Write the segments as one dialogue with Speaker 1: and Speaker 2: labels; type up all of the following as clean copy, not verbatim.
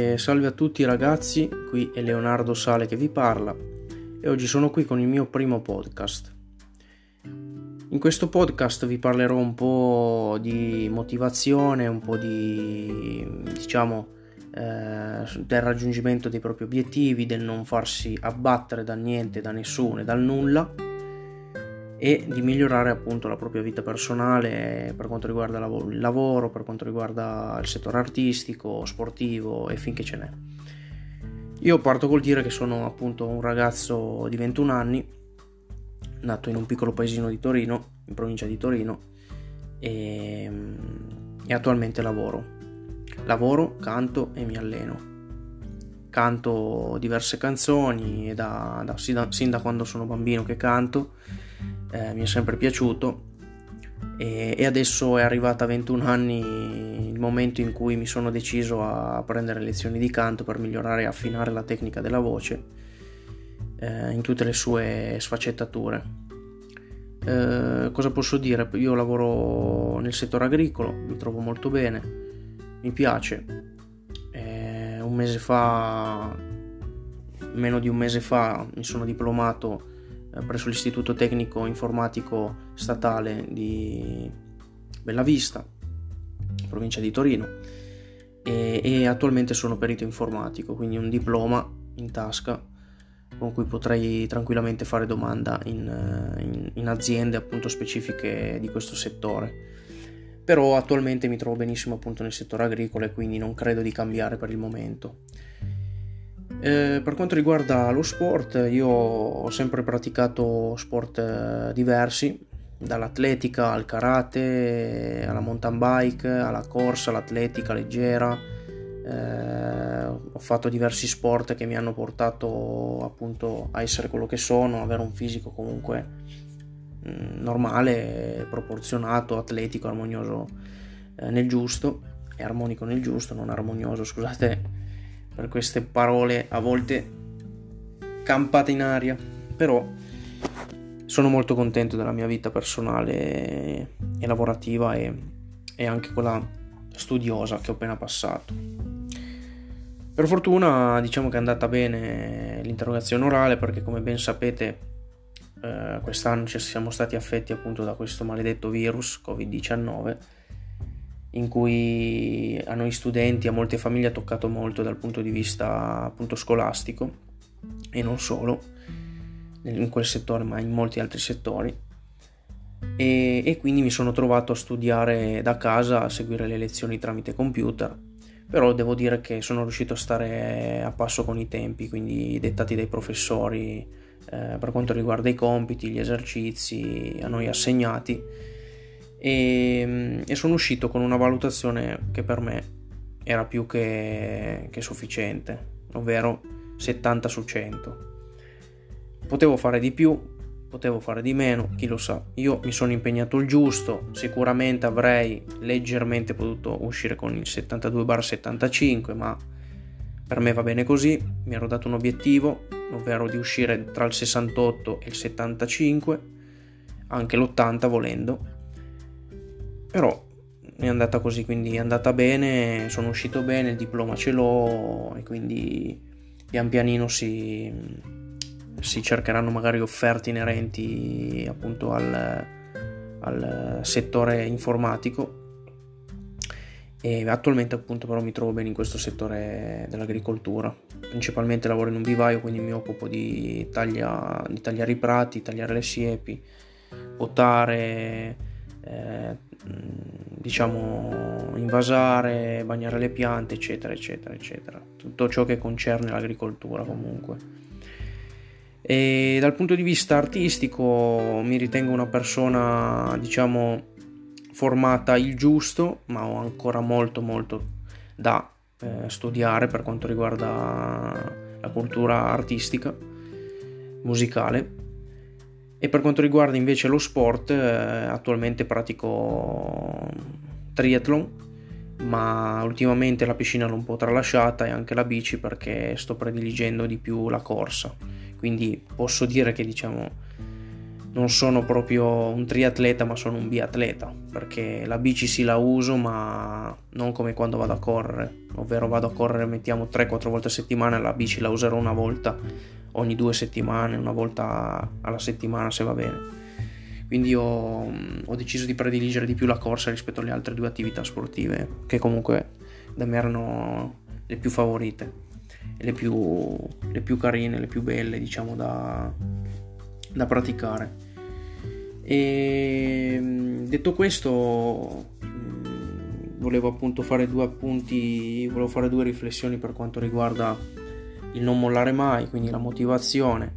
Speaker 1: Salve a tutti ragazzi, qui è Leonardo Sale che vi parla e oggi sono qui con il mio primo podcast. In questo podcast vi parlerò un po' di motivazione, un po' del raggiungimento dei propri obiettivi, del non farsi abbattere da niente, da nessuno e dal nulla, e di migliorare appunto la propria vita personale per quanto riguarda il lavoro, per quanto riguarda il settore artistico, sportivo e finché ce n'è. Io parto col dire che sono appunto un ragazzo di 21 anni, nato in un piccolo paesino di Torino, in provincia di Torino, e attualmente lavoro, canto e mi alleno. Canto diverse canzoni sin da quando sono bambino che canto. Mi è sempre piaciuto e adesso è arrivata a 21 anni il momento in cui mi sono deciso a prendere lezioni di canto per migliorare e affinare la tecnica della voce in tutte le sue sfaccettature. Cosa posso dire? Io lavoro nel settore agricolo, mi trovo molto bene, mi piace. Meno di un mese fa mi sono diplomato presso l'Istituto Tecnico Informatico Statale di Bellavista, provincia di Torino, e attualmente sono perito informatico, quindi un diploma in tasca con cui potrei tranquillamente fare domanda in aziende appunto specifiche di questo settore. Però attualmente mi trovo benissimo appunto nel settore agricolo e quindi non credo di cambiare per il momento. Per quanto riguarda lo sport, io ho sempre praticato sport diversi, dall'atletica al karate, alla mountain bike, alla corsa, all'atletica leggera. Ho fatto diversi sport che mi hanno portato appunto a essere quello che sono, avere un fisico comunque normale, proporzionato, atletico, armonioso nel giusto, e armonico nel giusto, non armonioso, scusate per queste parole a volte campate in aria, però sono molto contento della mia vita personale e lavorativa e anche quella studiosa che ho appena passato. Per fortuna diciamo che è andata bene l'interrogazione orale, perché come ben sapete quest'anno ci siamo stati affetti appunto da questo maledetto virus Covid-19, in cui a noi studenti, a molte famiglie ha toccato molto dal punto di vista appunto scolastico, e non solo in quel settore ma in molti altri settori, e quindi mi sono trovato a studiare da casa, a seguire le lezioni tramite computer. Però devo dire che sono riuscito a stare a passo con i tempi, quindi dettati dai professori per quanto riguarda i compiti, gli esercizi a noi assegnati, e sono uscito con una valutazione che per me era più che sufficiente, ovvero 70 su 100. Potevo fare di più, potevo fare di meno, chi lo sa. Io mi sono impegnato il giusto, sicuramente avrei leggermente potuto uscire con il 72/75, ma per me va bene così. Mi ero dato un obiettivo, ovvero di uscire tra il 68 e il 75, anche l'80 volendo. Però è andata così, quindi è andata bene, sono uscito bene, il diploma ce l'ho, e quindi pian pianino si cercheranno magari offerte inerenti appunto al settore informatico, e attualmente appunto però mi trovo bene in questo settore dell'agricoltura. Principalmente lavoro in un vivaio, quindi mi occupo di tagliare i prati, tagliare le siepi, potare, invasare, bagnare le piante, eccetera eccetera eccetera, tutto ciò che concerne l'agricoltura comunque. E dal punto di vista artistico mi ritengo una persona formata il giusto, ma ho ancora molto da studiare per quanto riguarda la cultura artistica musicale. E per quanto riguarda invece lo sport, attualmente pratico triathlon, ma ultimamente la piscina l'ho un po' tralasciata, e anche la bici, perché sto prediligendo di più la corsa. Quindi posso dire che non sono proprio un triatleta, ma sono un biatleta, perché la bici sì la uso, ma non come quando vado a correre, ovvero vado a correre mettiamo 3-4 volte a settimana, la bici la userò una volta ogni 2 settimane, una volta alla settimana se va bene. Quindi ho deciso di prediligere di più la corsa rispetto alle altre 2 attività sportive, che comunque da me erano le più favorite, le più carine, le più belle, diciamo, da praticare. E detto questo, volevo appunto fare 2 appunti, volevo fare 2 riflessioni per quanto riguarda il non mollare mai, quindi la motivazione.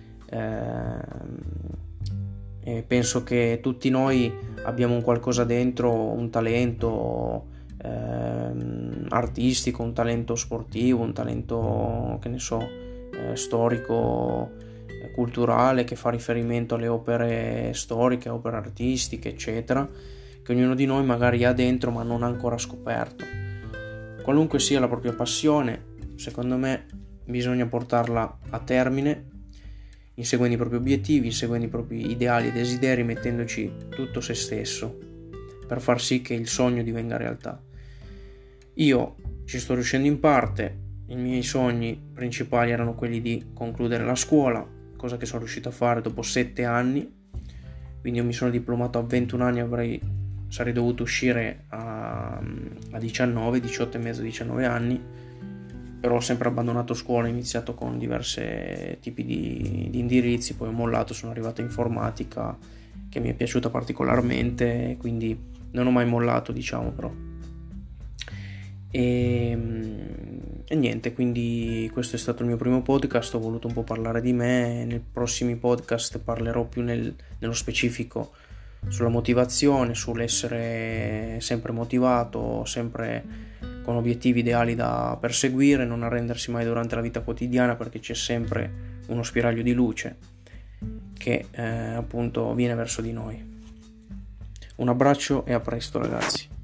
Speaker 1: E penso che tutti noi abbiamo un qualcosa dentro, un talento artistico, un talento sportivo, un talento, che ne so, storico, culturale, che fa riferimento alle opere storiche, opere artistiche, eccetera, che ognuno di noi magari ha dentro ma non ha ancora scoperto. Qualunque sia la propria passione, secondo me bisogna portarla a termine, inseguendo i propri obiettivi, inseguendo i propri ideali e desideri, mettendoci tutto se stesso per far sì che il sogno divenga realtà. Io ci sto riuscendo in parte. I miei sogni principali erano quelli di concludere la scuola, cosa che sono riuscito a fare dopo 7 anni, quindi io mi sono diplomato a 21 anni, sarei dovuto uscire a 19, 18 e mezzo, 19 anni, però ho sempre abbandonato scuola, ho iniziato con diversi tipi di indirizzi, poi ho mollato, sono arrivato a informatica, che mi è piaciuta particolarmente, quindi non ho mai mollato, diciamo, però. E niente, quindi questo è stato il mio primo podcast, ho voluto un po' parlare di me. Nei prossimi podcast parlerò più nello specifico sulla motivazione, sull'essere sempre motivato, sempre con obiettivi ideali da perseguire, non arrendersi mai durante la vita quotidiana, perché c'è sempre uno spiraglio di luce che appunto viene verso di noi. Un abbraccio e a presto, ragazzi.